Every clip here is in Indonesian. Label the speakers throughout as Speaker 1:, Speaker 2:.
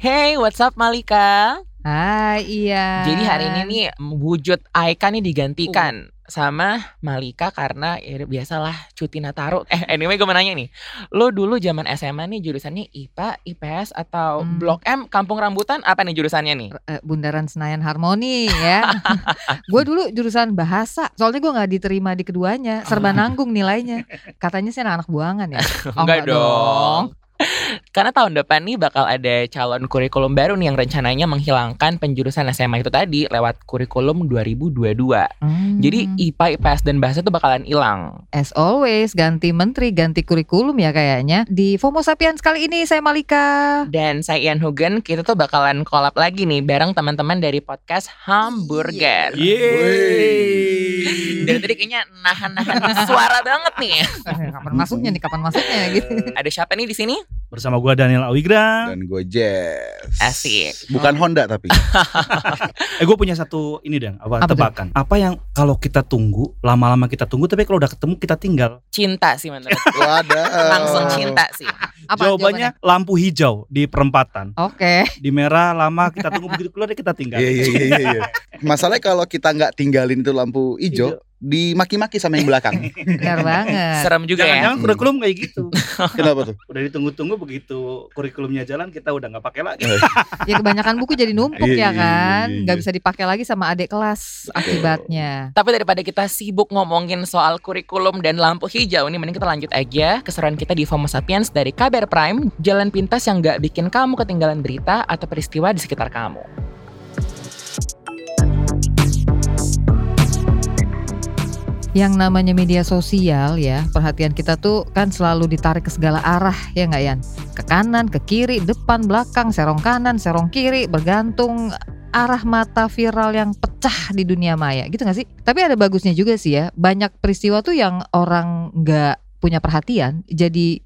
Speaker 1: Hey, what's up Malika?
Speaker 2: Hai, iya.
Speaker 1: Jadi hari ini nih wujud Aika nih digantikan sama Malika karena ya biasalah cuti Nataru. Anyway gue mau nanya nih, lo dulu zaman SMA nih jurusannya IPA, IPS atau Blok M, Kampung Rambutan, apa nih jurusannya nih?
Speaker 2: Bundaran Senayan Harmoni ya. Gue dulu jurusan bahasa, soalnya gue gak diterima di keduanya, serba nanggung nilainya. Katanya sih anak buangan ya.
Speaker 1: Enggak dong. Karena tahun depan nih bakal ada calon kurikulum baru nih yang rencananya menghilangkan penjurusan SMA itu tadi lewat kurikulum 2022. Jadi IPA, IPS dan bahasa tuh bakalan hilang.
Speaker 2: As always, ganti menteri, ganti kurikulum ya kayaknya. Di FOMO Sapiens kali ini saya Malika.
Speaker 1: Dan saya Ian Hugen, kita tuh bakalan collab lagi nih bareng teman-teman dari podcast Hamburger. Dan tadi kayaknya nahan-nahan suara banget nih.
Speaker 2: Kapan masuknya gitu.
Speaker 1: Ada siapa nih di sini?
Speaker 3: Bersama gue Daniel Awigra.
Speaker 4: Dan gue Jess.
Speaker 1: Asik.
Speaker 4: Bukan Honda tapi.
Speaker 3: Gue punya satu ini Dan, tebakan. Apa yang kalau kita tunggu, lama-lama kita tunggu, tapi kalau udah ketemu kita tinggal?
Speaker 1: Cinta sih menurut.
Speaker 4: Wadah.
Speaker 1: Langsung cinta sih.
Speaker 2: Apa
Speaker 3: jawabannya? Lampu hijau di perempatan.
Speaker 2: Oke.
Speaker 3: Di merah lama kita tunggu, begitu keluar kita tinggal.
Speaker 4: Iya. Masalahnya kalau kita nggak tinggalin itu lampu hijau, dimaki-maki sama yang belakang.
Speaker 2: Benar banget.
Speaker 1: Serem juga ya.
Speaker 3: Jangan kurikulum kayak gitu.
Speaker 4: Kenapa tuh?
Speaker 3: Udah ditunggu-tunggu, begitu kurikulumnya jalan kita udah nggak pakai lagi.
Speaker 2: Ya kebanyakan buku jadi numpuk ya kan.
Speaker 4: Iya.
Speaker 2: Gak bisa dipakai lagi sama adik kelas akibatnya.
Speaker 1: Tapi daripada kita sibuk ngomongin soal kurikulum dan lampu hijau nih, mending kita lanjut aja keseruan kita di FOMO Sapiens dari Kabar Prime, jalan pintas yang gak bikin kamu ketinggalan berita atau peristiwa di sekitar kamu.
Speaker 2: Yang namanya media sosial ya, perhatian kita tuh kan selalu ditarik ke segala arah ya nggak Yan? Ke kanan, ke kiri, depan, belakang, serong kanan, serong kiri, bergantung arah mata viral yang pecah di dunia maya gitu nggak sih? Tapi ada bagusnya juga sih ya, banyak peristiwa tuh yang orang nggak punya perhatian jadi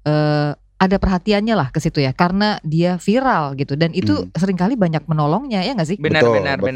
Speaker 2: ada perhatiannya lah ke situ ya, karena dia viral gitu, dan itu seringkali banyak menolongnya ya nggak sih?
Speaker 1: Benar.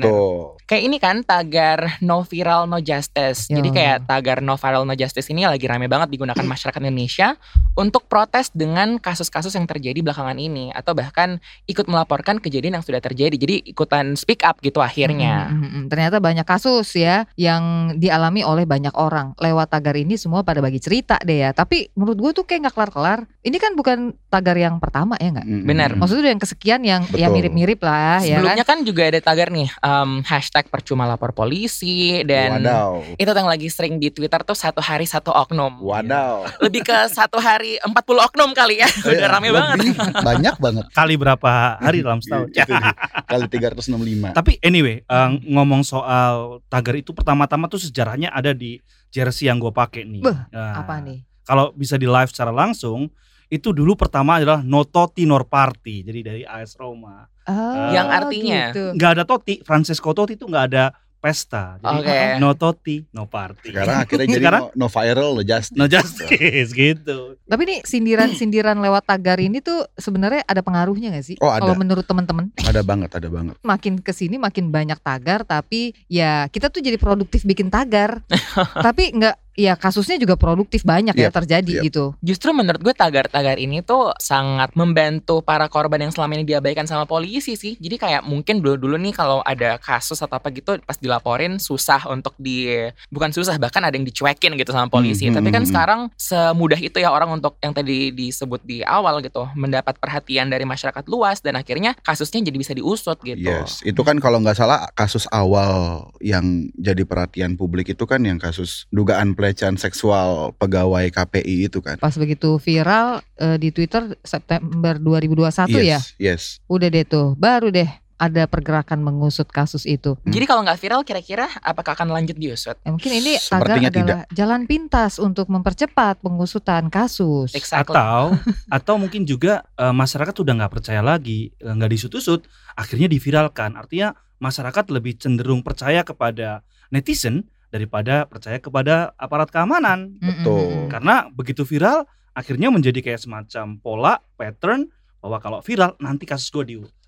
Speaker 1: Kayak ini kan tagar no viral no justice. Jadi kayak tagar no viral no justice ini lagi rame banget digunakan masyarakat Indonesia untuk protes dengan kasus-kasus yang terjadi belakangan ini, atau bahkan ikut melaporkan kejadian yang sudah terjadi. Jadi ikutan speak up gitu akhirnya.
Speaker 2: Ternyata banyak kasus ya yang dialami oleh banyak orang. Lewat tagar ini semua pada bagi cerita deh ya. Tapi menurut gue tuh kayak gak kelar-kelar. Ini kan bukan tagar yang pertama ya gak?
Speaker 1: Benar.
Speaker 2: Maksudnya yang kesekian yang ya mirip-mirip lah.
Speaker 1: Sebelumnya
Speaker 2: ya kan
Speaker 1: juga ada tagar nih hashtag percuma lapor polisi. Dan itu yang lagi sering di Twitter tuh 1 hari 1 oknum.
Speaker 4: Wadaw.
Speaker 1: Lebih ke 1 hari 40 oknum kali ya. Udah rame banget.
Speaker 4: Banyak banget.
Speaker 3: Kali berapa hari dalam setahun?
Speaker 4: Kali 365.
Speaker 3: Tapi anyway, ngomong soal tagar itu, pertama-tama tuh sejarahnya ada di jersey yang gue pakai nih.
Speaker 2: Apa nih?
Speaker 3: Kalau bisa di live secara langsung, itu dulu pertama adalah no Totti nor Party. Jadi dari AS Roma.
Speaker 1: Yang artinya
Speaker 2: gitu.
Speaker 3: Nggak ada Totti, Francesco Totti itu nggak ada pesta. Jadi no Totti, no Party.
Speaker 4: Sekarang akhirnya jadi no viral, no justice.
Speaker 3: No justice gitu.
Speaker 2: Tapi nih sindiran-sindiran lewat tagar ini tuh sebenarnya ada pengaruhnya gak sih?
Speaker 4: Oh, ada.
Speaker 2: Kalau menurut teman-teman?
Speaker 4: Ada banget.
Speaker 2: Makin kesini makin banyak tagar, tapi ya kita tuh jadi produktif bikin tagar. Tapi nggak, ya kasusnya juga produktif banyak ya terjadi gitu.
Speaker 1: Justru menurut gue tagar-tagar ini tuh sangat membantu para korban yang selama ini diabaikan sama polisi sih. Jadi kayak mungkin dulu nih kalau ada kasus atau apa gitu pas dilaporin susah untuk bukan susah, bahkan ada yang dicuekin gitu sama polisi. Tapi kan sekarang semudah itu ya orang untuk yang tadi disebut di awal gitu mendapat perhatian dari masyarakat luas, dan akhirnya kasusnya jadi bisa diusut gitu.
Speaker 4: Yes, itu kan kalau nggak salah kasus awal yang jadi perhatian publik itu kan yang kasus dugaan pelecehan seksual pegawai KPI itu kan.
Speaker 2: Pas begitu viral di Twitter September 2021 ya.
Speaker 4: Yes.
Speaker 2: Udah deh tuh, baru deh ada pergerakan mengusut kasus itu.
Speaker 1: Jadi kalau nggak viral kira-kira apakah akan lanjut diusut?
Speaker 2: Mungkin ini tagar adalah jalan pintas untuk mempercepat pengusutan kasus.
Speaker 1: Exactly.
Speaker 3: Atau mungkin juga masyarakat udah nggak percaya lagi, nggak disut-usut, akhirnya diviralkan. Artinya masyarakat lebih cenderung percaya kepada netizen daripada percaya kepada aparat keamanan.
Speaker 4: Betul.
Speaker 3: Karena begitu viral akhirnya menjadi kayak semacam pola, pattern, bahwa kalau viral nanti kasus gue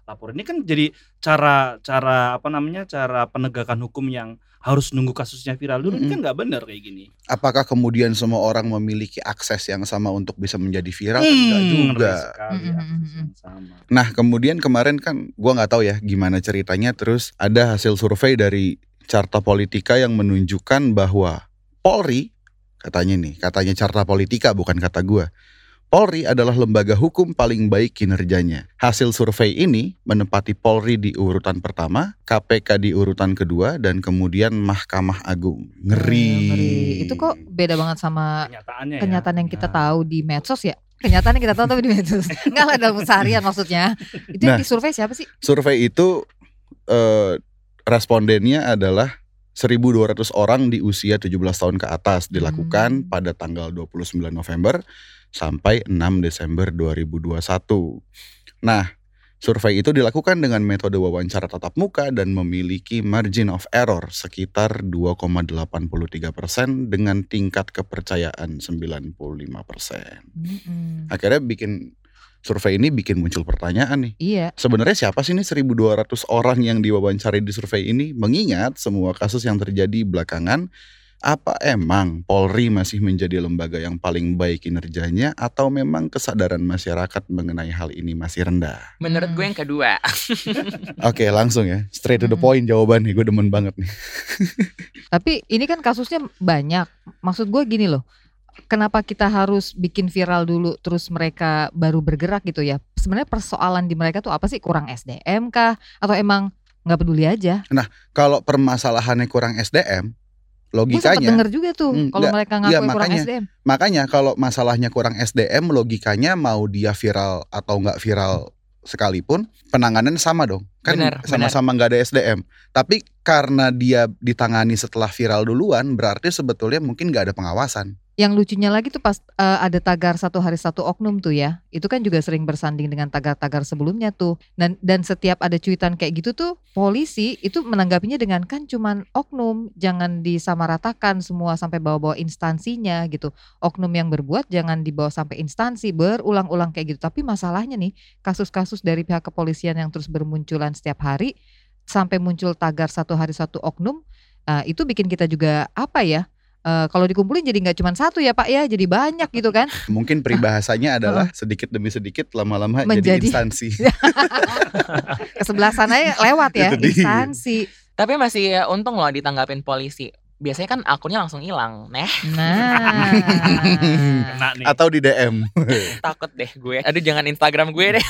Speaker 3: lapor. Ini kan jadi cara penegakan hukum yang harus nunggu kasusnya viral dulu. Ini kan nggak benar kayak gini.
Speaker 4: Apakah kemudian semua orang memiliki akses yang sama untuk bisa menjadi viral? Enggak juga.
Speaker 3: Sekali akses yang sama.
Speaker 4: Nah kemudian kemarin kan gua nggak tahu ya gimana ceritanya, terus ada hasil survei dari Carta Politika yang menunjukkan bahwa Polri, katanya Carta Politika bukan kata gua, Polri adalah lembaga hukum paling baik kinerjanya. Hasil survei ini menempati Polri di urutan pertama, KPK di urutan kedua, dan kemudian Mahkamah Agung. Ngeri.
Speaker 2: Itu kok beda banget sama kenyataan yang kita
Speaker 3: Nah.
Speaker 2: tahu di medsos ya? Kenyataan yang kita tahu tapi di medsos. Enggak lah dalam seharian maksudnya. Itu yang disurvei siapa sih?
Speaker 4: Survei itu respondennya adalah 1.200 orang di usia 17 tahun ke atas, dilakukan pada tanggal 29 November sampai 6 Desember 2021. Nah, survei itu dilakukan dengan metode wawancara tatap muka dan memiliki margin of error sekitar 2,83% dengan tingkat kepercayaan 95%. Akhirnya survei ini bikin muncul pertanyaan nih.
Speaker 2: Iya.
Speaker 4: Sebenarnya siapa sih nih 1.200 orang yang diwawancari di survei ini? Mengingat semua kasus yang terjadi belakangan, apa emang Polri masih menjadi lembaga yang paling baik kinerjanya atau memang kesadaran masyarakat mengenai hal ini masih rendah?
Speaker 1: Menurut gue yang kedua.
Speaker 4: Oke, langsung ya, straight to the point jawabannya, gue demen banget nih.
Speaker 2: Tapi ini kan kasusnya banyak. Maksud gue gini loh. Kenapa kita harus bikin viral dulu terus mereka baru bergerak gitu ya? Sebenarnya persoalan di mereka tuh apa sih? Kurang SDM kah? Atau emang gak peduli aja?
Speaker 4: Nah, kalau permasalahannya kurang SDM,
Speaker 2: Gue sempat
Speaker 4: logikanya
Speaker 2: denger juga tuh kalau mereka ngaku kurang SDM.
Speaker 4: Makanya kalau masalahnya kurang SDM, logikanya mau dia viral atau nggak viral sekalipun penanganan sama dong. Kan sama-sama nggak ada SDM. Tapi karena dia ditangani setelah viral duluan, berarti sebetulnya mungkin nggak ada pengawasan.
Speaker 2: Yang lucunya lagi tuh pas ada tagar 1 hari 1 oknum tuh ya. Itu kan juga sering bersanding dengan tagar-tagar sebelumnya tuh. Dan setiap ada cuitan kayak gitu tuh polisi itu menanggapinya dengan kan cuman oknum, jangan disamaratakan semua sampai bawa-bawa instansinya gitu. Oknum yang berbuat jangan dibawa sampai instansi, berulang-ulang kayak gitu. Tapi masalahnya nih kasus-kasus dari pihak kepolisian yang terus bermunculan setiap hari sampai muncul tagar 1 hari 1 oknum, itu bikin kita juga apa ya? Kalau dikumpulin jadi nggak cuma 1 ya Pak ya, jadi banyak gitu kan.
Speaker 4: Mungkin peribahasanya adalah sedikit demi sedikit lama-lama jadi instansi.
Speaker 2: Kesebelasannya lewat ya instansi.
Speaker 1: Tapi masih untung loh ditanggapin polisi. Biasanya kan akunnya langsung hilang.
Speaker 2: Nah.
Speaker 3: Kena nih.
Speaker 4: Atau di DM.
Speaker 1: Takut deh gue. Aduh jangan Instagram gue deh.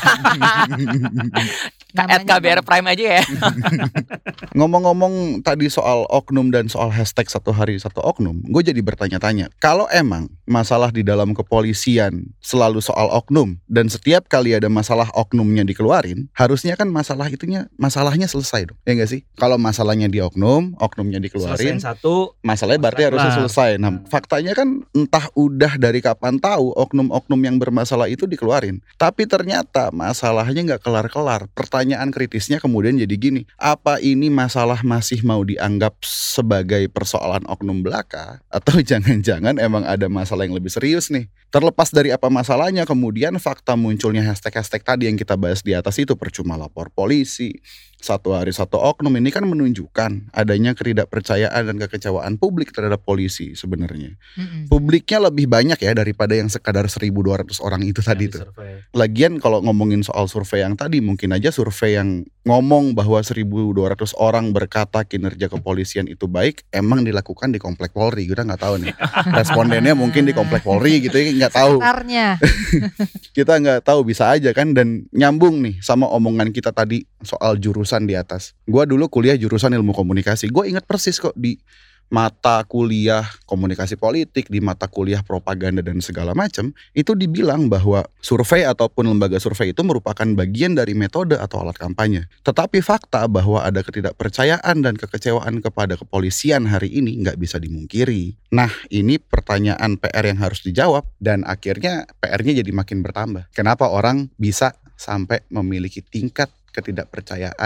Speaker 1: @KBR Prime aja ya.
Speaker 4: Ngomong-ngomong tadi soal oknum dan soal hashtag 1 hari 1 oknum, gue jadi bertanya-tanya, kalau emang masalah di dalam kepolisian selalu soal oknum dan setiap kali ada masalah oknumnya dikeluarin, harusnya kan masalahnya selesai dong, ya nggak sih? Kalau masalahnya di oknumnya dikeluarin,
Speaker 3: Selesaiin 1,
Speaker 4: masalahnya berarti harusnya selesai. Nah, faktanya kan entah udah dari kapan tahu oknum-oknum yang bermasalah itu dikeluarin, tapi ternyata masalahnya nggak kelar-kelar. Pertanyaan kritisnya kemudian jadi gini, apa ini masalah masih mau dianggap sebagai persoalan oknum belaka? Atau jangan-jangan emang ada masalah yang lebih serius nih? Terlepas dari apa masalahnya, kemudian fakta munculnya hashtag-hashtag tadi yang kita bahas di atas itu, percuma lapor polisi, 1 hari 1 oknum, ini kan menunjukkan adanya ketidakpercayaan dan kekecewaan publik terhadap polisi sebenarnya. Publiknya lebih banyak ya daripada yang sekadar 1.200 orang itu tadi tuh. Lagian kalau ngomongin soal survei yang tadi, mungkin aja survei yang ngomong bahwa 1.200 orang berkata kinerja kepolisian itu baik emang dilakukan di Komplek Polri. Kita nggak tahu nih. Respondennya mungkin di Komplek Polri gitu ya, nggak tahu. Kita nggak tahu, bisa aja kan. Dan nyambung nih sama omongan kita tadi soal jurusan di atas. Gua dulu kuliah jurusan ilmu komunikasi. Gue ingat persis kok di mata kuliah komunikasi politik, di mata kuliah propaganda dan segala macam, itu dibilang bahwa survei ataupun lembaga survei itu merupakan bagian dari metode atau alat kampanye. Tetapi fakta bahwa ada ketidakpercayaan dan kekecewaan kepada kepolisian hari ini nggak bisa dimungkiri. Nah, ini pertanyaan PR yang harus dijawab, dan akhirnya PR-nya jadi makin bertambah. Kenapa orang bisa sampai memiliki tingkat ketidakpercayaan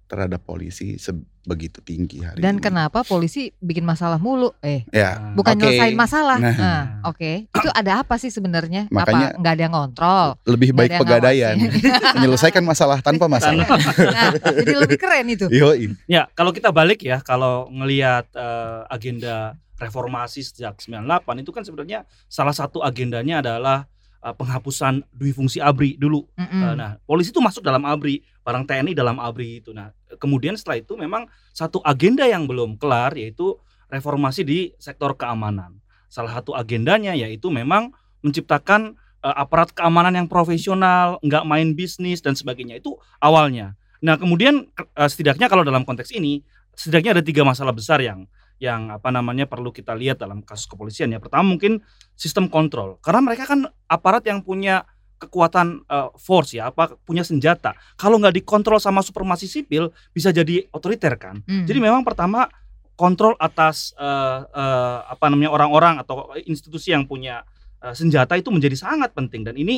Speaker 4: terhadap polisi sebegitu tinggi hari
Speaker 2: Dan
Speaker 4: ini.
Speaker 2: kenapa polisi bikin masalah mulu?
Speaker 4: Ya,
Speaker 2: Bukan
Speaker 4: oke.
Speaker 2: nyelesain masalah.
Speaker 4: Nah.
Speaker 2: Oke. Itu ada apa sih sebenarnya?
Speaker 4: Makanya-
Speaker 2: Apa nggak ada yang ngontrol?
Speaker 4: lebih
Speaker 2: Nggak
Speaker 4: baik
Speaker 2: ada yang
Speaker 4: pegadaian, menyelesaikan masalah tanpa masalah.
Speaker 2: Nah, jadi lebih keren itu.
Speaker 4: Yoi.
Speaker 3: Ya, kalau kita balik ya, kalau ngelihat agenda reformasi sejak 98 itu kan sebenarnya salah satu agendanya adalah penghapusan dui fungsi ABRI dulu.
Speaker 2: Mm-mm.
Speaker 3: Nah, polisi itu masuk dalam ABRI, barang TNI dalam ABRI itu. Nah, kemudian setelah itu memang satu agenda yang belum kelar yaitu reformasi di sektor keamanan. Salah satu agendanya yaitu memang menciptakan aparat keamanan yang profesional, nggak main bisnis dan sebagainya. Itu awalnya. Nah, kemudian setidaknya kalau dalam konteks ini, setidaknya ada 3 masalah besar yang perlu kita lihat dalam kasus kepolisian. Ya, pertama mungkin sistem kontrol, karena mereka kan aparat yang punya kekuatan force ya, punya senjata. Kalau nggak dikontrol sama supremasi sipil bisa jadi otoriter kan. Jadi memang pertama kontrol atas orang-orang atau institusi yang punya senjata itu menjadi sangat penting, dan ini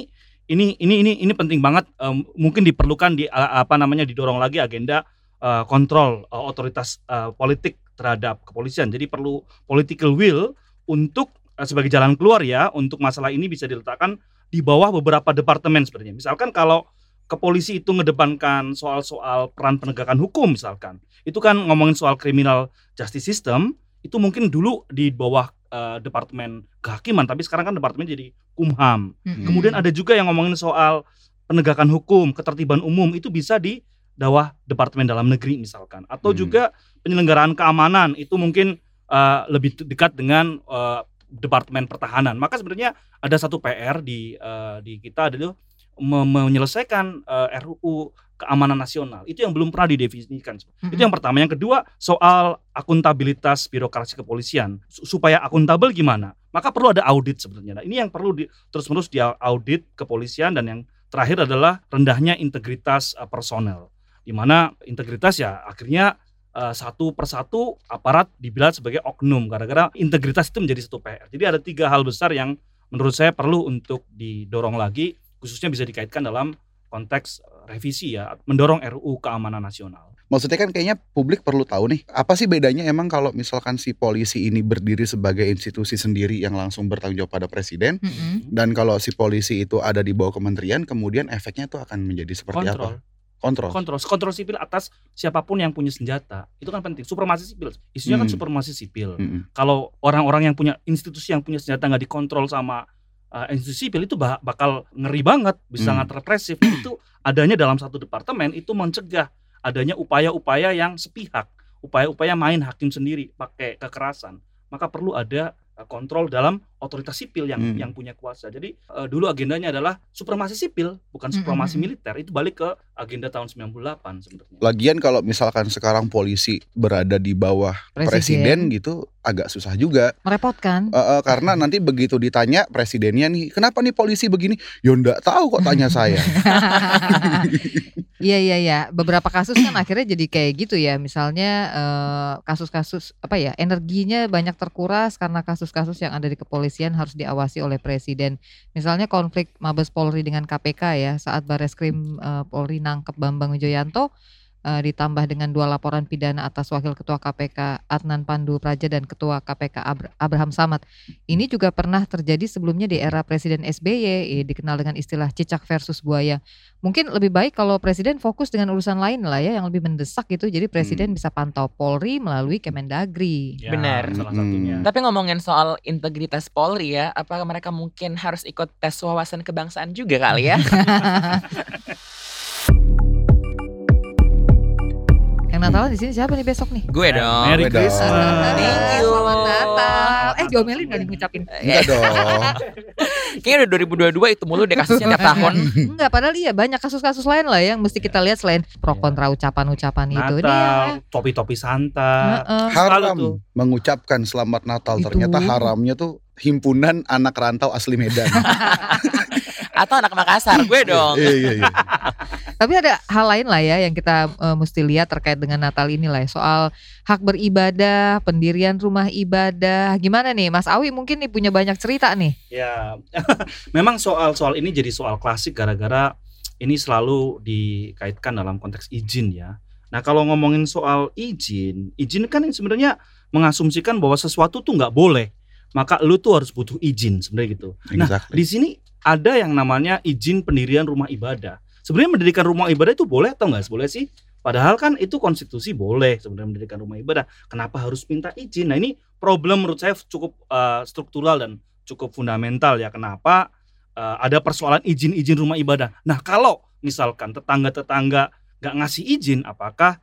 Speaker 3: penting banget, mungkin diperlukan didorong lagi agenda kontrol otoritas politik terhadap kepolisian. Jadi perlu political will untuk sebagai jalan keluar ya, untuk masalah ini bisa diletakkan di bawah beberapa departemen sebenarnya. Misalkan kalau kepolisi itu ngedepankan soal-soal peran penegakan hukum misalkan, itu kan ngomongin soal criminal justice system, itu mungkin dulu di bawah departemen kehakiman, tapi sekarang kan departemen jadi Kumham. Kemudian ada juga yang ngomongin soal penegakan hukum, ketertiban umum, itu bisa di bawah departemen dalam negeri misalkan, atau juga penyelenggaraan keamanan itu mungkin lebih dekat dengan departemen pertahanan. Maka sebenarnya ada satu PR di kita adalah menyelesaikan RUU keamanan nasional. Itu yang belum pernah didefinisikan. Itu yang pertama. Yang kedua soal akuntabilitas birokrasi kepolisian. Supaya akuntabel gimana? Maka perlu ada audit sebenarnya. Nah, ini yang perlu terus-menerus diaudit kepolisian. Dan yang terakhir adalah rendahnya integritas personel, di mana integritas ya akhirnya satu persatu aparat dibilang sebagai oknum gara-gara integritas itu menjadi satu PR. Jadi ada 3 hal besar yang menurut saya perlu untuk didorong lagi, khususnya bisa dikaitkan dalam konteks revisi ya, mendorong RUU keamanan nasional.
Speaker 4: Maksudnya kan kayaknya publik perlu tahu nih, apa sih bedanya emang kalau misalkan si polisi ini berdiri sebagai institusi sendiri yang langsung bertanggung jawab pada presiden, dan kalau si polisi itu ada di bawah kementerian, kemudian efeknya tuh akan menjadi seperti apa? Kontrol
Speaker 3: sipil atas siapapun yang punya senjata. Itu kan penting. Supremasi sipil. Isunya kan supremasi sipil. Kalau orang-orang yang punya institusi yang punya senjata nggak dikontrol sama institusi sipil, itu bakal ngeri banget, bisa sangat represif. Itu adanya dalam satu departemen itu mencegah adanya upaya-upaya yang sepihak, upaya-upaya main hakim sendiri pakai kekerasan. Maka perlu ada kontrol dalam otoritas sipil yang punya kuasa. Jadi dulu agendanya adalah supremasi sipil, bukan supremasi militer. Itu balik ke agenda tahun 98 sebenarnya.
Speaker 4: Lagian kalau misalkan sekarang polisi berada di bawah presiden gitu, agak susah juga.
Speaker 2: Merepotkan.
Speaker 4: Karena nanti begitu ditanya presidennya nih, kenapa nih polisi begini? Ya enggak tahu kok, tanya saya.
Speaker 2: Iya. Beberapa kasus kan akhirnya jadi kayak gitu ya. Misalnya kasus-kasus energinya banyak terkuras karena kasus-kasus yang ada di kepolisian harus diawasi oleh presiden. Misalnya konflik Mabes Polri dengan KPK ya, saat Bareskrim Polri nangkep Bambang Wijoyanto, ditambah dengan 2 laporan pidana atas Wakil Ketua KPK Adnan Pandu Praja dan Ketua KPK Abraham Samad. Ini juga pernah terjadi sebelumnya di era Presiden SBY, dikenal dengan istilah cicak versus buaya. Mungkin lebih baik kalau Presiden fokus dengan urusan lain lah ya, yang lebih mendesak gitu. Jadi Presiden bisa pantau Polri melalui Kemendagri.
Speaker 3: Ya,
Speaker 1: benar.
Speaker 3: Salah satunya.
Speaker 1: Tapi ngomongin soal integritas Polri ya, apa mereka mungkin harus ikut tes wawasan kebangsaan juga kali ya?
Speaker 2: Yang Natalan di sini siapa nih besok nih?
Speaker 1: Gue dong.
Speaker 3: Merry
Speaker 4: Beda.
Speaker 3: Christmas.
Speaker 1: Thank you.
Speaker 2: Selamat Natal. Diomelin gak ngucapin?
Speaker 4: Enggak dong.
Speaker 1: Kayaknya udah 2022 itu mulu deh kasusnya tiap tahun.
Speaker 2: Enggak, padahal iya banyak kasus-kasus lain lah yang mesti kita lihat selain pro kontra ucapan-ucapan itu.
Speaker 3: Natal, topi-topi Santa. Selalu tuh.
Speaker 4: Haram mengucapkan selamat Natal.
Speaker 2: Itu.
Speaker 4: Ternyata haramnya tuh himpunan anak rantau asli Medan.
Speaker 1: Atau anak Makassar, gue dong.
Speaker 4: Iya.
Speaker 2: Tapi ada hal lain lah ya yang kita mesti lihat terkait dengan Natal ini lah ya. Soal hak beribadah, pendirian rumah ibadah. Gimana nih Mas Awi, mungkin nih punya banyak cerita nih.
Speaker 3: Ya, memang soal ini jadi soal klasik gara-gara ini selalu dikaitkan dalam konteks izin ya. Nah kalau ngomongin soal izin kan sebenarnya mengasumsikan bahwa sesuatu tuh nggak boleh, maka lu tuh harus butuh izin sebenarnya gitu. Nah
Speaker 4: Exactly.
Speaker 3: di sini ada yang namanya izin pendirian rumah ibadah. Sebenarnya mendirikan rumah ibadah itu boleh atau nggak boleh sih? Padahal kan itu konstitusi boleh sebenarnya mendirikan rumah ibadah. Kenapa harus minta izin? Nah ini problem menurut saya cukup struktural dan cukup fundamental ya. Kenapa ada persoalan izin rumah ibadah? Nah kalau misalkan tetangga-tetangga nggak ngasih izin, apakah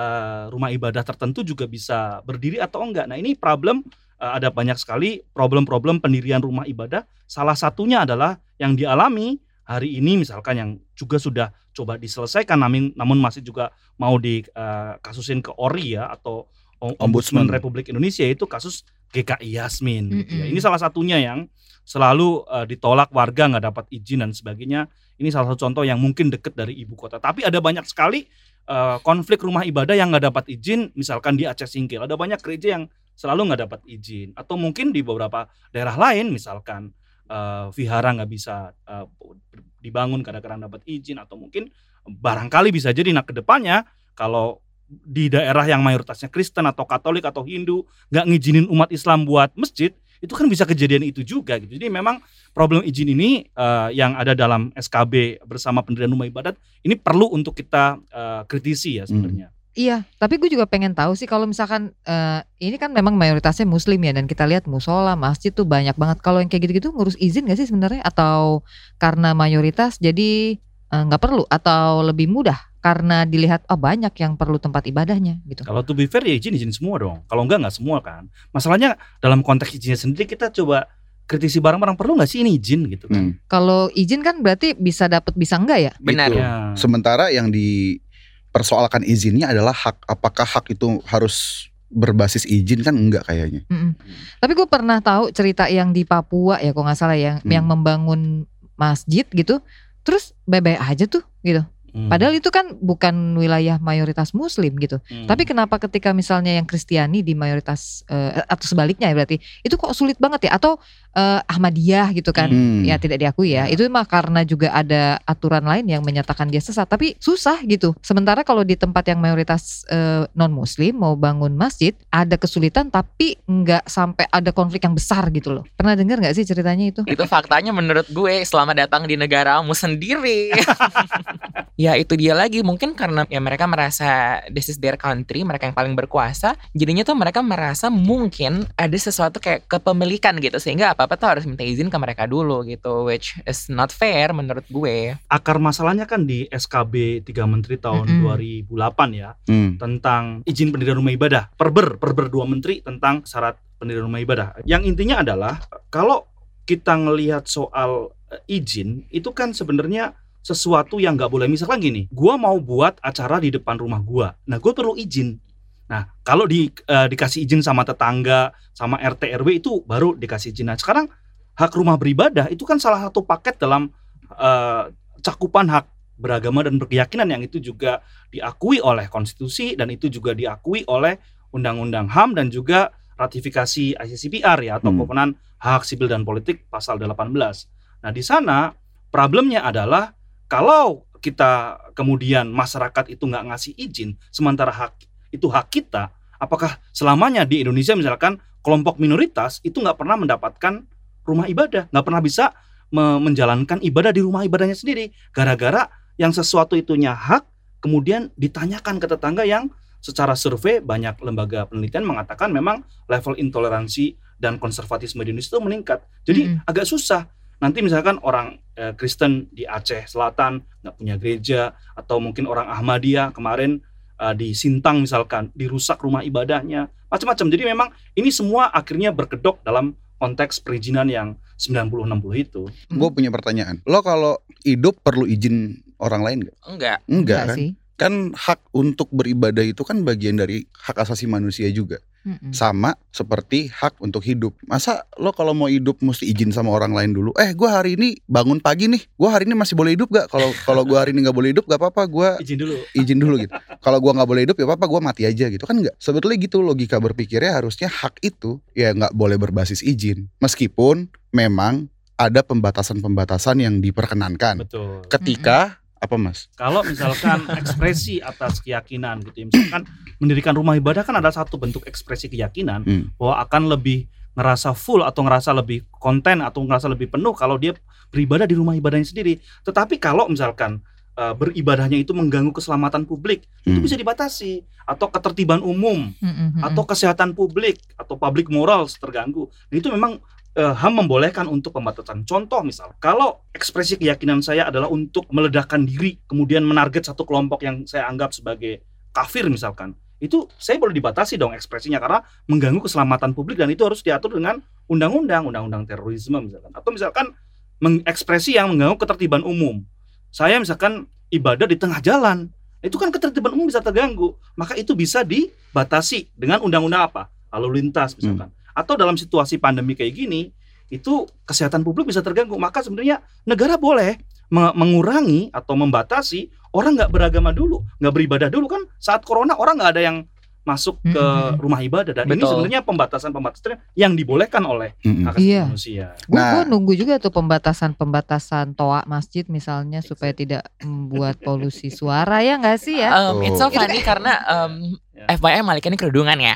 Speaker 3: rumah ibadah tertentu juga bisa berdiri atau enggak? Nah ini problem, ada banyak sekali problem-problem pendirian rumah ibadah. Salah satunya adalah yang dialami hari ini misalkan yang juga sudah coba diselesaikan namun masih juga mau dikasusin ke ORI ya atau Ombudsman Republik Indonesia, itu kasus GKI Yasmin gitu ya. Ini salah satunya yang selalu ditolak warga, nggak dapat izin dan sebagainya. Ini salah satu contoh yang mungkin dekat dari ibu kota. Tapi ada banyak sekali konflik rumah ibadah yang nggak dapat izin. Misalkan di Aceh Singkil ada banyak gereja yang selalu nggak dapat izin. Atau mungkin di beberapa daerah lain misalkan vihara nggak bisa dibangun kadang-kadang dapat izin. Atau mungkin barangkali bisa jadi ke depannya kalau di daerah yang mayoritasnya Kristen atau Katolik atau Hindu nggak ngizinin umat Islam buat masjid, itu kan bisa kejadian itu juga gitu. Jadi memang problem izin ini yang ada dalam SKB bersama pendirian rumah ibadat ini perlu untuk kita kritisi ya sebenarnya.
Speaker 2: Iya, tapi gue juga pengen tahu sih kalau misalkan ini kan memang mayoritasnya Muslim ya, dan kita lihat musola, masjid tuh banyak banget. Kalau yang kayak gitu-gitu ngurus izin gak sih sebenarnya? Atau karena mayoritas jadi nggak perlu, atau lebih mudah karena dilihat banyak yang perlu tempat ibadahnya gitu?
Speaker 3: Kalau to be fair ya izin semua dong. Kalau nggak semua kan. Masalahnya dalam konteks izinnya sendiri kita coba kritisi bareng-bareng, perlu nggak sih ini izin gitu kan?
Speaker 2: Kalau izin kan berarti bisa dapat bisa enggak ya?
Speaker 1: Benar.
Speaker 4: Gitu.
Speaker 3: Ya.
Speaker 4: Sementara yang dipersoalkan izinnya adalah hak. Apakah hak itu harus berbasis izin, kan enggak kayaknya.
Speaker 2: Tapi gue pernah tahu cerita yang di Papua ya, kalau nggak salah yang membangun masjid gitu, terus bye-bye aja tuh gitu. Padahal itu kan bukan wilayah mayoritas Muslim gitu. Tapi kenapa ketika misalnya yang Kristiani di mayoritas atau sebaliknya ya, berarti itu kok sulit banget ya? Atau Ahmadiyah gitu kan, ya tidak diakui ya. Itu mah karena juga ada aturan lain yang menyatakan dia sesat. Tapi susah gitu. Sementara kalau di tempat yang mayoritas non Muslim mau bangun masjid ada kesulitan, tapi nggak sampai ada konflik yang besar gitu loh. Pernah dengar nggak sih ceritanya itu?
Speaker 1: Itu faktanya menurut gue. Selamat datang di negaramu sendiri. Ya itu dia lagi, mungkin karena ya mereka merasa this is their country, mereka yang paling berkuasa. Jadinya tuh mereka merasa mungkin ada sesuatu kayak kepemilikan gitu, sehingga apa-apa tuh harus minta izin ke mereka dulu gitu, which is not fair menurut gue.
Speaker 3: Akar masalahnya kan di SKB 3 Menteri tahun 2008 ya, tentang izin pendirian rumah ibadah. Perber 2 Menteri tentang syarat pendirian rumah ibadah. Yang intinya adalah kalau kita ngelihat soal izin, itu kan sebenarnya sesuatu yang nggak boleh. Misalkan gini, gue mau buat acara di depan rumah gue, nah gue perlu izin. Nah kalau dikasih izin sama tetangga, sama RT RW itu baru dikasih izin. Nah sekarang hak rumah beribadah itu kan salah satu paket dalam cakupan hak beragama dan berkeyakinan, yang itu juga diakui oleh konstitusi dan itu juga diakui oleh Undang-Undang HAM dan juga ratifikasi ICCPR ya, atau Kovenan Hak Sipil dan Politik pasal 18. Nah di sana problemnya adalah kalau kita kemudian masyarakat itu nggak ngasih izin, sementara hak kita, apakah selamanya di Indonesia misalkan kelompok minoritas itu nggak pernah mendapatkan rumah ibadah, nggak pernah bisa menjalankan ibadah di rumah ibadahnya sendiri, gara-gara yang sesuatu itunya hak, kemudian ditanyakan ke tetangga yang secara survei banyak lembaga penelitian mengatakan memang level intoleransi dan konservatisme di Indonesia itu meningkat. Jadi agak susah. Nanti misalkan orang Kristen di Aceh Selatan nggak punya gereja, atau mungkin orang Ahmadiyah kemarin di Sintang misalkan dirusak rumah ibadahnya, macam-macam. Jadi memang ini semua akhirnya berkedok dalam konteks perizinan yang 90-60 itu.
Speaker 4: Gue punya pertanyaan. Lo kalau hidup perlu izin orang lain nggak? Enggak kan?
Speaker 2: Sih.
Speaker 4: Kan hak untuk beribadah itu kan bagian dari hak asasi manusia juga. Sama seperti hak untuk hidup. Masa lo kalau mau hidup mesti izin sama orang lain dulu? Gue hari ini bangun pagi nih, gue hari ini masih boleh hidup gak? Kalau gue hari ini gak boleh hidup gak apa-apa, gue izin dulu gitu. Kalau gue gak boleh hidup ya apa-apa, gue mati aja gitu. Kan enggak. Sebetulnya gitu logika berpikirnya, harusnya hak itu ya gak boleh berbasis izin. Meskipun memang ada pembatasan-pembatasan yang diperkenankan.
Speaker 3: Betul.
Speaker 4: Ketika Apa Mas?
Speaker 3: Kalau misalkan ekspresi atas keyakinan gitu ya, misalkan mendirikan rumah ibadah kan ada satu bentuk ekspresi keyakinan bahwa akan lebih ngerasa full atau ngerasa lebih konten atau ngerasa lebih penuh kalau dia beribadah di rumah ibadahnya sendiri. Tetapi kalau misalkan beribadahnya itu mengganggu keselamatan publik, itu bisa dibatasi, atau ketertiban umum, atau kesehatan publik, atau public morals terganggu. Nah, itu memang HAM membolehkan untuk pembatasan. Contoh misal, kalau ekspresi keyakinan saya adalah untuk meledakkan diri, kemudian menarget satu kelompok yang saya anggap sebagai kafir misalkan, itu saya boleh dibatasi dong ekspresinya karena mengganggu keselamatan publik dan itu harus diatur dengan undang-undang terorisme misalkan. Atau misalkan mengekspresi yang mengganggu ketertiban umum. Saya misalkan ibadah di tengah jalan, itu kan ketertiban umum bisa terganggu, maka itu bisa dibatasi dengan undang-undang apa? Lalu lintas misalkan. Atau dalam situasi pandemi kayak gini, itu kesehatan publik bisa terganggu, maka sebenarnya negara boleh mengurangi atau membatasi orang nggak beragama dulu, nggak beribadah dulu kan saat corona orang nggak ada yang masuk ke rumah ibadah dan ini sebenarnya pembatasan yang dibolehkan oleh hak asasi manusia.
Speaker 2: Gue nunggu juga tuh pembatasan toa masjid misalnya supaya tidak membuat polusi suara ya nggak sih ya?
Speaker 1: It's so funny karena FYI Malika ini kerudungan ya.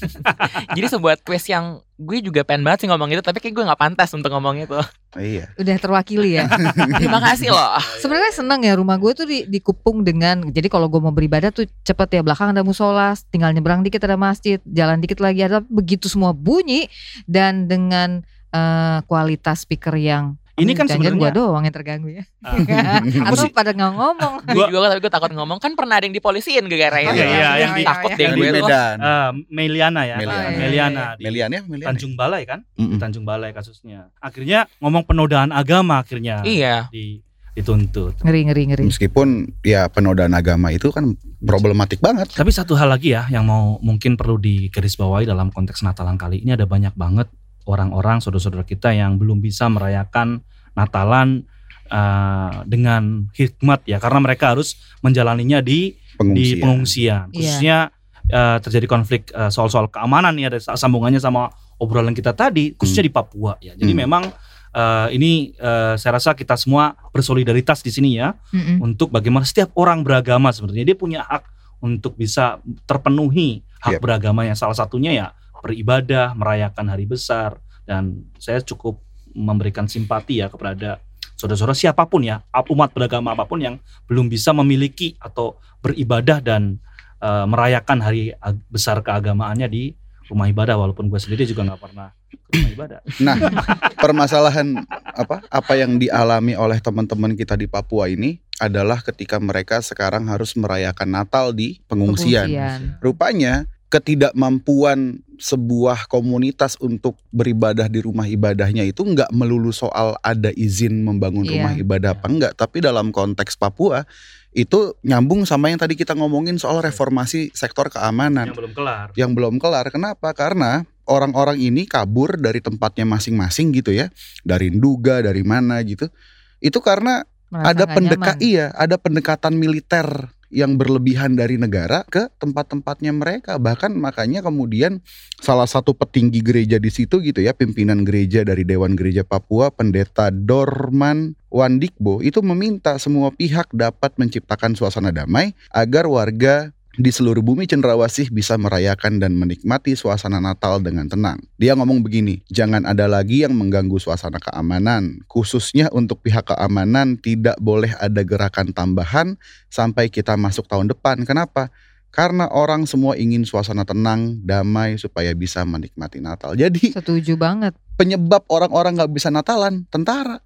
Speaker 1: Jadi sebuah twist yang gue juga pengen banget sih ngomong itu, tapi kayak gue gak pantas untuk ngomong itu.
Speaker 4: Iya.
Speaker 2: Udah terwakili ya.
Speaker 1: Terima kasih loh.
Speaker 2: Sebenarnya seneng ya, rumah gue tuh dikupung dengan, jadi kalau gue mau beribadah tuh cepet ya, belakang ada musola, tinggal nyebrang dikit ada masjid, jalan dikit lagi ada, begitu semua bunyi dan dengan kualitas speaker yang
Speaker 3: ini kan sebenarnya
Speaker 2: gue doang yang terganggu ya. Atau pada nggak ngomong.
Speaker 1: Gue juga tapi gue takut ngomong kan pernah ada yang dipolisiin gara-gara itu.
Speaker 3: Iya, yang
Speaker 1: takut deh
Speaker 4: gue
Speaker 1: gue.
Speaker 3: Meliana ya.
Speaker 4: Meliana.
Speaker 3: Tanjung Balai kan? Tanjung Balai kasusnya. Akhirnya ngomong penodaan agama akhirnya.
Speaker 1: Iya.
Speaker 3: Dituntut.
Speaker 2: Ngeri.
Speaker 4: Meskipun ya penodaan agama itu kan problematik banget.
Speaker 3: Tapi satu hal lagi ya yang mungkin perlu digarisbawahi dalam konteks Natalan kali ini, ada banyak banget orang-orang saudara-saudara kita yang belum bisa merayakan Natalan dengan hikmat ya, karena mereka harus menjalaninya di pengungsian. Khususnya terjadi konflik soal keamanan nih, ada sambungannya sama obrolan kita tadi, khususnya di Papua ya. Jadi memang ini saya rasa kita semua bersolidaritas di sini ya, untuk bagaimana setiap orang beragama sebenarnya dia punya hak untuk bisa terpenuhi hak beragamanya. Salah satunya ya beribadah, merayakan hari besar, dan saya cukup memberikan simpati ya kepada saudara-saudara siapapun ya, umat beragama apapun yang belum bisa memiliki atau beribadah dan merayakan hari besar keagamaannya di rumah ibadah, walaupun gue sendiri juga nggak pernah ke rumah ibadah.
Speaker 4: Nah, permasalahan apa yang dialami oleh teman-teman kita di Papua ini adalah ketika mereka sekarang harus merayakan Natal di pengungsian. Rupanya ketidakmampuan sebuah komunitas untuk beribadah di rumah ibadahnya itu nggak melulu soal ada izin membangun rumah ibadah apa enggak, tapi dalam konteks Papua itu nyambung sama yang tadi kita ngomongin soal reformasi sektor keamanan yang belum kelar. Kenapa? Karena orang-orang ini kabur dari tempatnya masing-masing gitu ya, dari Nduga, dari mana gitu. Itu karena ada pendekatan militer yang berlebihan dari negara ke tempat-tempatnya mereka. Bahkan makanya kemudian salah satu petinggi gereja di situ gitu ya, pimpinan gereja dari Dewan Gereja Papua, Pendeta Dorman Wandikbo, itu meminta semua pihak dapat menciptakan suasana damai agar warga di seluruh bumi cendrawasih bisa merayakan dan menikmati suasana Natal dengan tenang. Dia ngomong begini, jangan ada lagi yang mengganggu suasana keamanan. Khususnya untuk pihak keamanan tidak boleh ada gerakan tambahan sampai kita masuk tahun depan. Kenapa? Karena orang semua ingin suasana tenang, damai supaya bisa menikmati Natal. Jadi
Speaker 2: setuju banget.
Speaker 4: Penyebab orang-orang gak bisa Natalan, tentara.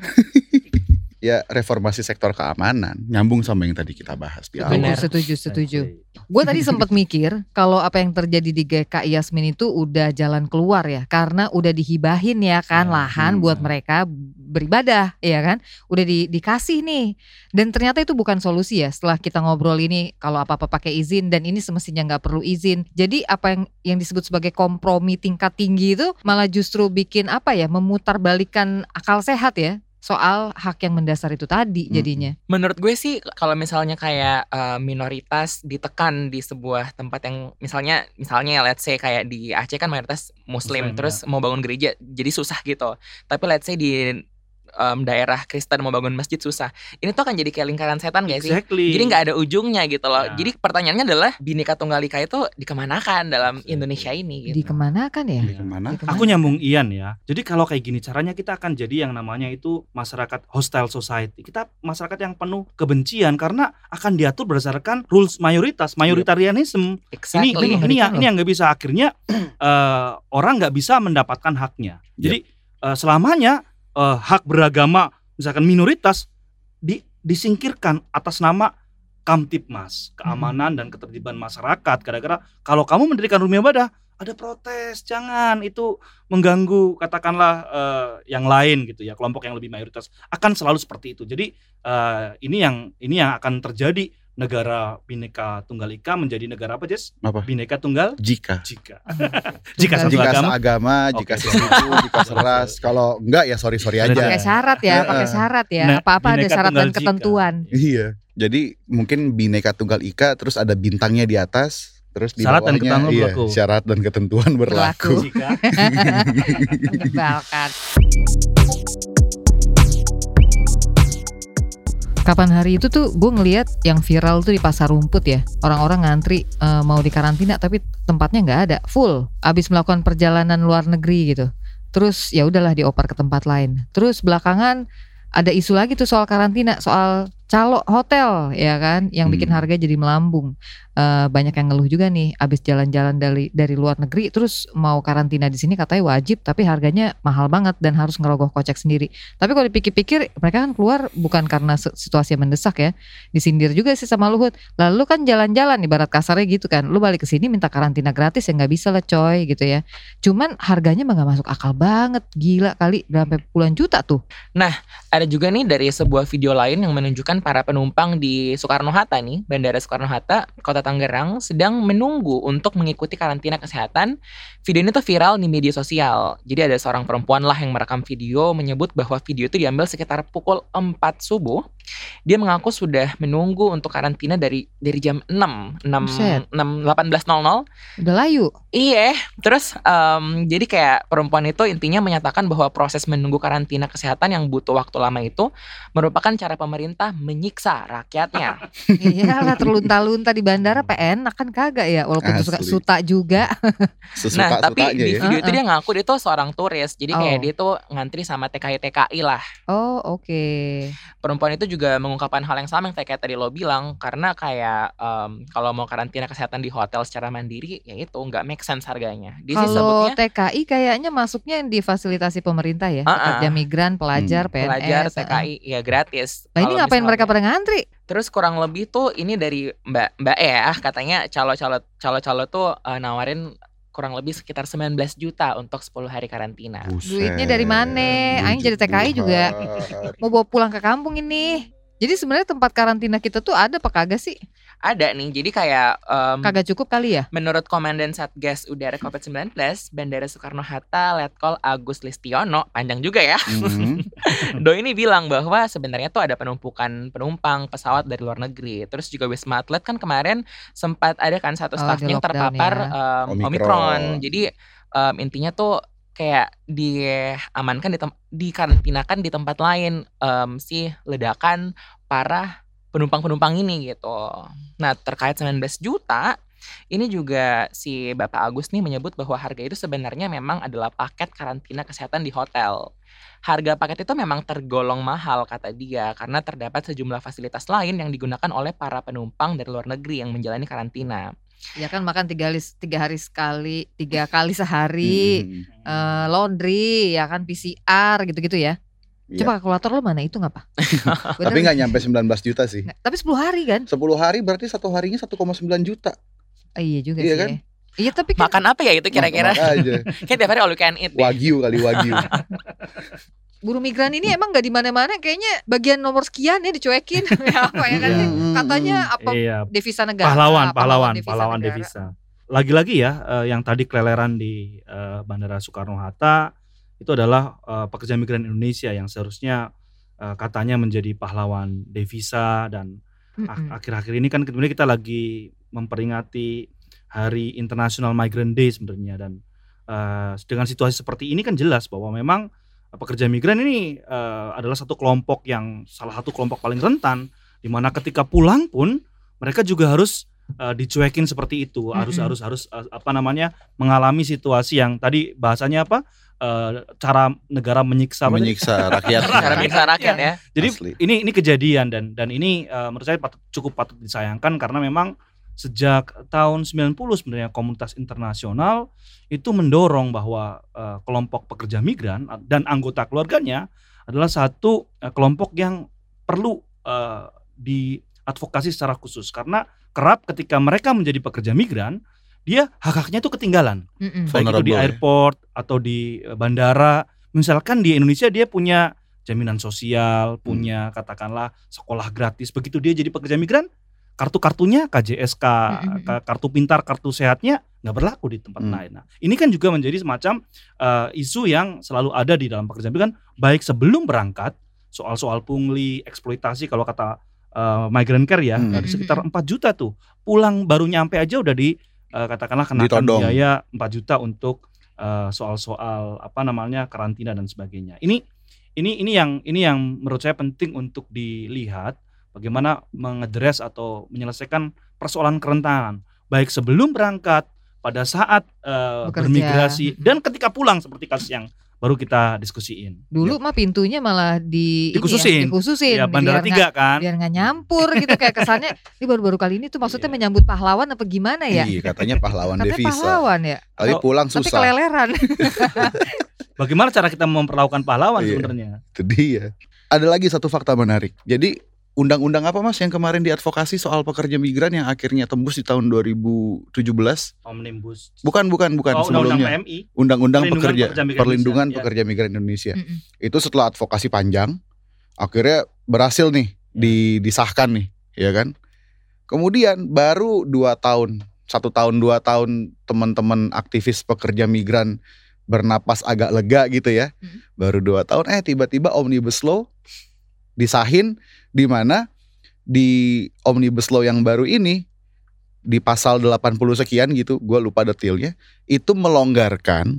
Speaker 4: Ya reformasi sektor keamanan, nyambung sama yang tadi kita bahas di awal.
Speaker 2: Setuju. Gue tadi sempat mikir kalau apa yang terjadi di GKI Yasmin itu udah jalan keluar ya, karena udah dihibahin ya kan lahan buat mereka beribadah ya kan, udah dikasih nih, dan ternyata itu bukan solusi ya. Setelah kita ngobrol ini, kalau apa-apa pakai izin dan ini semestinya nggak perlu izin. Jadi apa yang disebut sebagai kompromi tingkat tinggi itu malah justru bikin memutarbalikkan akal sehat ya soal hak yang mendasar itu tadi jadinya.
Speaker 1: Menurut gue sih kalau misalnya kayak minoritas ditekan di sebuah tempat yang misalnya let's say kayak di Aceh kan mayoritas Muslim terus mau bangun gereja jadi susah gitu. Tapi let's say di daerah Kristen mau bangun masjid susah. Ini tuh akan jadi kayak lingkaran setan gak sih?
Speaker 3: Exactly.
Speaker 1: Jadi nggak ada ujungnya gitu loh.
Speaker 3: Ya.
Speaker 1: Jadi pertanyaannya adalah Bhinneka Tunggal Ika itu dikemanakan dalam
Speaker 3: Exactly.
Speaker 1: Indonesia ini gitu.
Speaker 2: Dikemanakan ya?
Speaker 4: Di kemana?
Speaker 3: Aku nyambung Ian ya. Jadi kalau kayak gini caranya kita akan jadi yang namanya itu masyarakat hostile society. Kita masyarakat yang penuh kebencian karena akan diatur berdasarkan rules mayoritas, mayoritarianism.
Speaker 1: Exactly.
Speaker 3: Ini yang nggak bisa, akhirnya orang nggak bisa mendapatkan haknya. Jadi selamanya hak beragama misalkan minoritas disingkirkan atas nama Kamtipmas, keamanan dan ketertiban masyarakat. Gara-gara kalau kamu mendirikan rumah ibadah ada protes, jangan, itu mengganggu katakanlah yang lain gitu ya, kelompok yang lebih mayoritas, akan selalu seperti itu. Jadi ini yang akan terjadi. Negara Bhinneka Tunggal Ika menjadi negara apa, Jess?
Speaker 4: Apa?
Speaker 3: Bhinneka Tunggal
Speaker 4: Jika
Speaker 3: jika satu
Speaker 4: jika
Speaker 3: agama.
Speaker 4: seagama, jika
Speaker 3: Oke.
Speaker 4: sesuatu, jika seras. Kalau enggak ya sorry aja.
Speaker 2: Pakai syarat ya, pakai syarat ya.
Speaker 3: Nah,
Speaker 2: Apa-apa ada
Speaker 3: Bhinneka
Speaker 2: syarat
Speaker 3: Tunggal
Speaker 2: dan
Speaker 3: Jika.
Speaker 2: ketentuan.
Speaker 4: Iya. Jadi mungkin Bhinneka Tunggal Ika terus ada bintangnya di atas, terus di
Speaker 3: Syarat dan
Speaker 4: bawahnya
Speaker 3: ketentuan
Speaker 4: iya,
Speaker 3: berlaku.
Speaker 4: syarat dan ketentuan berlaku.
Speaker 3: Jika
Speaker 2: Menyebalkan. Kapan hari itu tuh gue ngeliat yang viral tuh di pasar rumput ya, orang-orang ngantri mau dikarantina tapi tempatnya nggak ada, full. Abis melakukan perjalanan luar negeri gitu, terus ya udahlah dioper ke tempat lain. Terus belakangan ada isu lagi tuh soal karantina, soal calo hotel ya kan, yang bikin harga jadi melambung. Banyak yang ngeluh juga nih, abis jalan-jalan dari luar negeri terus mau karantina di sini katanya wajib, tapi harganya mahal banget dan harus ngerogoh kocek sendiri. Tapi kalau dipikir-pikir mereka kan keluar bukan karena situasi yang mendesak ya. Disindir juga sih sama Luhut. Lalu kan jalan-jalan ibarat kasarnya gitu kan, lu balik ke sini minta karantina gratis ya nggak bisa lah coy gitu ya. Cuman harganya mah nggak masuk akal banget, gila kali, berapa puluhan juta tuh.
Speaker 1: Ada juga nih dari sebuah video lain yang menunjukkan para penumpang di Soekarno-Hatta nih, Bandara Soekarno-Hatta, Kota Tangerang sedang menunggu untuk mengikuti karantina kesehatan. Video ini tuh viral di media sosial. Jadi ada seorang perempuan lah yang merekam video, menyebut bahwa video itu diambil sekitar pukul 4 subuh. Dia mengaku sudah menunggu untuk karantina dari jam 18.00.
Speaker 2: Udah layu.
Speaker 1: Iya, terus jadi kayak perempuan itu intinya menyatakan bahwa proses menunggu karantina kesehatan yang butuh waktu lama itu merupakan cara pemerintah menyiksa rakyatnya.
Speaker 2: Iyalah, terlunta-lunta di bandara enak kan kagak ya, walaupun itu
Speaker 4: Asli.
Speaker 2: suka juga.
Speaker 1: Nah, tapi
Speaker 4: Sesuka-sukanya
Speaker 1: di
Speaker 4: ya.
Speaker 1: video itu dia ngaku dia tuh seorang turis. Jadi kayak
Speaker 2: Oh.
Speaker 1: dia tuh ngantri sama TKI lah.
Speaker 2: Oh oke.
Speaker 1: Perempuan itu juga mengungkapkan hal yang sama yang kayak tadi lo bilang, karena kayak kalau mau karantina kesehatan di hotel secara mandiri ya itu nggak make sense harganya. Dia sih
Speaker 2: Kalau
Speaker 1: sebutnya
Speaker 2: TKI kayaknya masuknya yang difasilitasi pemerintah ya, pekerja migran, pelajar, PNS.
Speaker 1: pelajar TKI ya gratis.
Speaker 2: Nah ini
Speaker 1: Kalau
Speaker 2: ngapain mereka
Speaker 1: misalnya-
Speaker 2: pada ngantri?
Speaker 1: Terus kurang lebih tuh ini dari Mbak ya, katanya calo-calo tuh nawarin kurang lebih sekitar 19 juta untuk 10 hari karantina.
Speaker 2: Duitnya dari mana? Aing jadi TKI juga. Mau bawa pulang ke kampung ini. Jadi sebenarnya tempat karantina kita tuh ada apa kagak sih?
Speaker 1: Ada nih, jadi kayak
Speaker 2: Kagak cukup kali ya?
Speaker 1: menurut Komandan Satgas Udara COVID-19 Bandara Soekarno-Hatta Letkol Agus Listiono, panjang juga ya. Doi ini bilang bahwa sebenarnya tuh ada penumpukan penumpang pesawat dari luar negeri. Terus juga Wisma Atlet kan kemarin sempat ada kan satu
Speaker 2: Oh,
Speaker 1: stafnya
Speaker 2: di
Speaker 1: yang
Speaker 2: lockdown
Speaker 1: terpapar
Speaker 2: ya.
Speaker 1: Omikron. Jadi intinya tuh kayak diamankan dikarantinakan di tempat lain si ledakan para penumpang-penumpang ini gitu. Nah, terkait 19 juta ini juga si Bapak Agus nih menyebut bahwa harga itu sebenarnya memang adalah paket karantina kesehatan di hotel. Harga paket itu memang tergolong mahal kata dia karena terdapat sejumlah fasilitas lain yang digunakan oleh para penumpang dari luar negeri yang menjalani karantina.
Speaker 2: Ya kan makan 3 hari sekali, 3 kali sehari, laundry, ya kan PCR gitu-gitu ya.
Speaker 4: Iya.
Speaker 2: Coba kalkulator lo mana itu ngapa?
Speaker 4: Tapi nggak nyampe 19 juta sih.
Speaker 2: Tapi 10 hari kan?
Speaker 4: 10 hari berarti satu harinya 1,9 juta.
Speaker 2: Iya juga
Speaker 4: Iya
Speaker 2: sih.
Speaker 4: kan?
Speaker 2: Ya. Iya tapi kan
Speaker 1: Makan apa ya itu kira-kira?
Speaker 4: Makanya.
Speaker 1: Kayak tiap hari all you can eat deh.
Speaker 4: Wagyu kali wagyu.
Speaker 2: buruh migran ini emang gak di mana-mana kayaknya bagian nomor sekian ya dicuekin. Ya apa ya kan?
Speaker 3: Iya.
Speaker 2: Katanya apa
Speaker 3: Iya,
Speaker 2: devisa negara.
Speaker 3: pahlawan
Speaker 2: negara.
Speaker 3: devisa. Lagi-lagi ya, yang tadi keleleran di Bandara Soekarno-Hatta itu adalah pekerja migran Indonesia yang seharusnya katanya menjadi pahlawan devisa. Dan akhir-akhir ini kan kemudian kita lagi memperingati Hari International Migrant Day sebenarnya. Dan dengan situasi seperti ini kan jelas bahwa memang pekerja migran ini adalah salah satu kelompok paling rentan, di mana ketika pulang pun mereka juga harus dicuekin seperti itu, harus mengalami situasi yang tadi bahasanya cara negara menyiksa
Speaker 4: rakyat.
Speaker 1: Cara menyiksa rakyat ya.
Speaker 3: Jadi
Speaker 4: Asli.
Speaker 3: ini kejadian dan ini menurut saya cukup patut disayangkan, karena memang sejak tahun 90 sebenarnya komunitas internasional itu mendorong bahwa kelompok pekerja migran dan anggota keluarganya adalah satu kelompok yang perlu diadvokasi secara khusus, karena kerap ketika mereka menjadi pekerja migran, dia hak-haknya itu ketinggalan. Baik itu di airport atau di bandara. Misalkan di Indonesia dia punya jaminan sosial, punya katakanlah sekolah gratis. Begitu dia jadi pekerja migran, kartu-kartunya KJSK, kartu pintar, kartu sehatnya nggak berlaku di tempat lain. Nah, ini kan juga menjadi semacam isu yang selalu ada di dalam pekerja migran, baik sebelum berangkat, soal-soal pungli, eksploitasi kalau kata migrant care ya, ada sekitar 4 juta tuh. Pulang baru nyampe aja udah katakanlah kenakan biaya 4 juta untuk soal-soal karantina dan sebagainya. Ini yang menurut saya penting untuk dilihat, bagaimana mengedres atau menyelesaikan persoalan kerentanan baik sebelum berangkat, pada saat bermigrasi, dan ketika pulang seperti kasus yang baru kita diskusiin.
Speaker 2: Dulu mah pintunya malah dikhususin
Speaker 3: ya, bandara 3 kan.
Speaker 2: Biar nggak nyampur gitu, kayak kesannya ini baru-baru kali ini tuh maksudnya menyambut pahlawan apa gimana ya?
Speaker 4: Iya, katanya pahlawan
Speaker 2: Katanya
Speaker 4: devisa.
Speaker 2: pahlawan ya.
Speaker 4: Tapi pulang susah.
Speaker 2: Tapi keleleran.
Speaker 3: Bagaimana cara kita memperlakukan pahlawan sebenarnya?
Speaker 4: Itu dia. Ada lagi satu fakta menarik. Jadi undang-undang apa Mas yang kemarin diadvokasi soal pekerja migran yang akhirnya tembus di tahun 2017?
Speaker 3: Omnibus.
Speaker 4: Bukan sebelumnya. Undang-undang perlindungan pekerja migran Indonesia. Itu setelah advokasi panjang, akhirnya berhasil nih disahkan nih, ya kan? Kemudian baru 2 tahun, 1 tahun 2 tahun teman-teman aktivis pekerja migran bernapas agak lega gitu ya. Baru 2 tahun tiba-tiba Omnibus Law disahin, di mana di Omnibus Law yang baru ini di pasal 80 sekian gitu, gue lupa detailnya, itu melonggarkan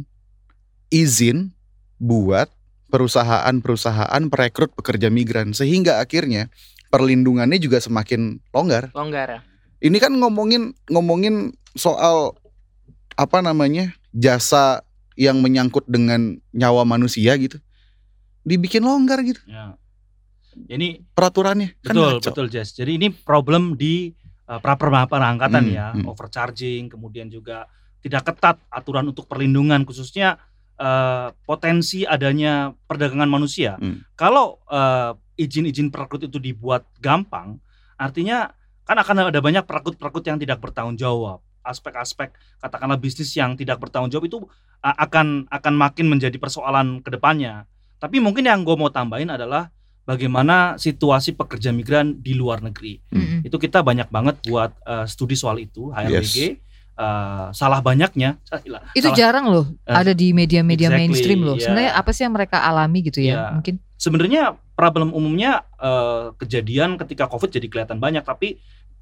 Speaker 4: izin buat perusahaan-perusahaan perekrut pekerja migran, sehingga akhirnya perlindungannya juga semakin longgar.
Speaker 1: Longgar ya.
Speaker 4: Ini kan ngomongin soal jasa yang menyangkut dengan nyawa manusia gitu, dibikin longgar gitu.
Speaker 3: Ya. Ini
Speaker 4: peraturannya
Speaker 3: betul Jess. Jadi ini problem di perangkatan overcharging, kemudian juga tidak ketat aturan untuk perlindungan, khususnya potensi adanya perdagangan manusia. Kalau izin-izin perekrut itu dibuat gampang, artinya kan akan ada banyak perekrut yang tidak bertanggung jawab. Aspek-aspek katakanlah bisnis yang tidak bertanggung jawab itu akan makin menjadi persoalan ke depannya. Tapi mungkin yang gue mau tambahin adalah bagaimana situasi pekerja migran di luar negeri. Itu kita banyak banget buat studi soal itu, HRBG. Salah banyaknya.
Speaker 2: Itu jarang loh ada di media-media mainstream loh. Sebenarnya apa sih yang mereka alami gitu ya? Mungkin
Speaker 3: sebenarnya problem umumnya kejadian ketika COVID jadi kelihatan banyak, tapi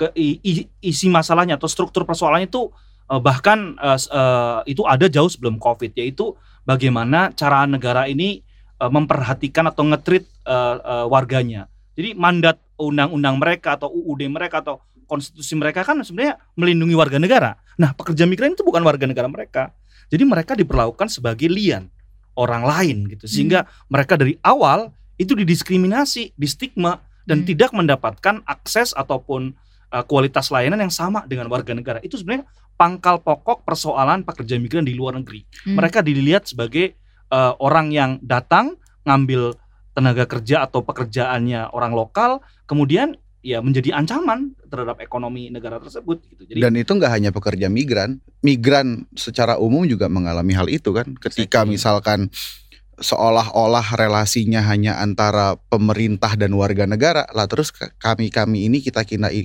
Speaker 3: isi masalahnya atau struktur persoalannya itu bahkan itu ada jauh sebelum COVID, yaitu bagaimana cara negara ini memperhatikan atau nge-treat warganya. Jadi mandat undang-undang mereka atau UUD mereka atau konstitusi mereka kan sebenarnya melindungi warga negara. Nah, pekerja migran itu bukan warga negara mereka. Jadi mereka diperlakukan sebagai lian, orang lain gitu. Sehingga mereka dari awal itu didiskriminasi, distigma, dan tidak mendapatkan akses ataupun kualitas layanan yang sama dengan warga negara. Itu sebenarnya pangkal pokok persoalan pekerja migran di luar negeri. Mereka dilihat sebagai orang yang datang ngambil tenaga kerja atau pekerjaannya orang lokal, kemudian ya menjadi ancaman terhadap ekonomi negara tersebut gitu. Jadi, dan
Speaker 4: itu nggak hanya pekerja migran secara umum juga mengalami hal itu kan. Ketika misalkan seolah-olah relasinya hanya antara pemerintah dan warga negara, lah terus kami ini kita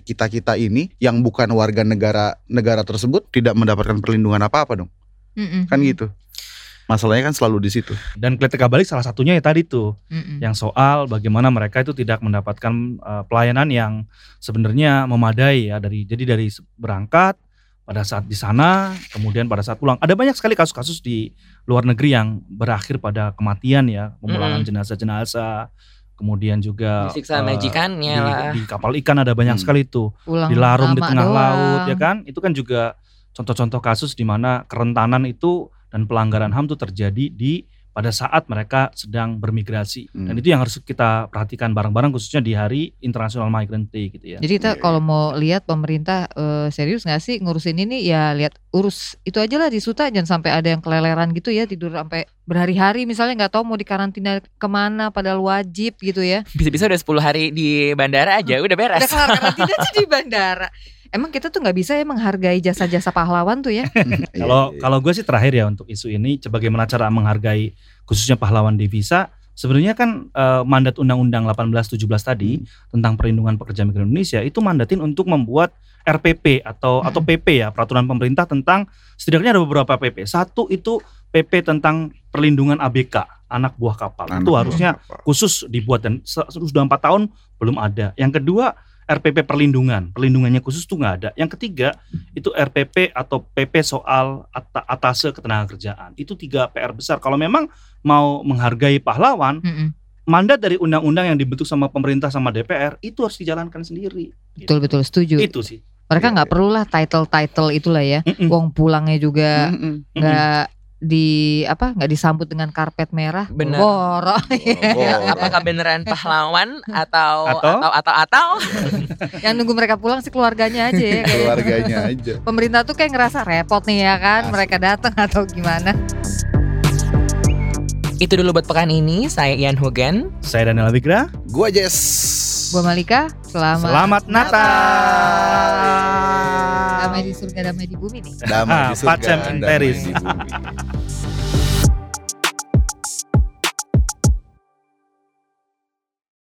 Speaker 4: ini yang bukan warga negara tersebut tidak mendapatkan perlindungan apa-apa dong. Kan gitu. Masalahnya kan selalu di situ. Dan
Speaker 3: kletek balik salah satunya ya tadi tuh, yang soal bagaimana mereka itu tidak mendapatkan pelayanan yang sebenarnya memadai ya, dari berangkat pada saat di sana, kemudian pada saat pulang. Ada banyak sekali kasus-kasus di luar negeri yang berakhir pada kematian ya, pemulangan jenazah-jenazah. Kemudian juga
Speaker 1: disiksa majikannya lah.
Speaker 3: di kapal ikan ada banyak sekali tuh.
Speaker 2: Pulang
Speaker 3: Dilarung di
Speaker 2: lama
Speaker 3: tengah
Speaker 2: doang.
Speaker 3: laut ya kan. Itu kan juga contoh-contoh kasus di mana kerentanan itu dan pelanggaran HAM itu terjadi pada saat mereka sedang bermigrasi. Dan itu yang harus kita perhatikan bareng-bareng khususnya di Hari International Migrant Day gitu ya.
Speaker 2: Jadi kita kalau mau lihat pemerintah serius nggak sih ngurusin ini, ya lihat urus itu aja lah di Suta, jangan sampai ada yang keleleran gitu ya, tidur sampai berhari-hari misalnya nggak tahu mau dikarantina kemana padahal wajib gitu ya.
Speaker 1: Bisa-bisa udah 10 hari di bandara aja udah beres.
Speaker 2: Udah kelar karantina aja di bandara. Emang kita tuh nggak bisa ya menghargai jasa-jasa pahlawan tuh ya?
Speaker 3: Kalau gue sih terakhir ya untuk isu ini, bagaimana cara menghargai khususnya pahlawan devisa. Sebenarnya kan mandat Undang-Undang 1817 tadi tentang perlindungan pekerja migran Indonesia itu mandatin untuk membuat RPP atau PP ya, peraturan pemerintah tentang, setidaknya ada beberapa PP. Satu itu PP tentang perlindungan ABK, anak buah kapal. Itu harusnya khusus dibuat dan sudah 4 tahun belum ada. Yang kedua RPP perlindungannya khusus tuh nggak ada. Yang ketiga itu RPP atau PP soal atase ketenagakerjaan. Itu 3 PR besar. Kalau memang mau menghargai pahlawan, mandat dari undang-undang yang dibentuk sama pemerintah sama DPR itu harus dijalankan sendiri.
Speaker 2: Betul setuju.
Speaker 3: Itu sih.
Speaker 2: Mereka nggak perlulah title itulah ya. Wong pulangnya juga nggak nggak disambut dengan karpet merah.
Speaker 1: Benar. Apakah beneran pahlawan atau
Speaker 2: yang nunggu mereka pulang sih keluarganya aja ya.
Speaker 4: Keluarganya aja.
Speaker 2: Pemerintah tuh kayak ngerasa repot nih ya kan, mereka datang atau gimana.
Speaker 1: Itu dulu buat pekan ini. Saya Ian Hugen.
Speaker 3: Saya Daniel Abigra.
Speaker 4: Gua Jess.
Speaker 2: Gua Malika.
Speaker 3: Selamat Natal.
Speaker 2: Damai di surga, damai di bumi nih.
Speaker 4: Damai di surga,
Speaker 3: Pacem in
Speaker 4: damai
Speaker 3: Paris.
Speaker 4: di bumi.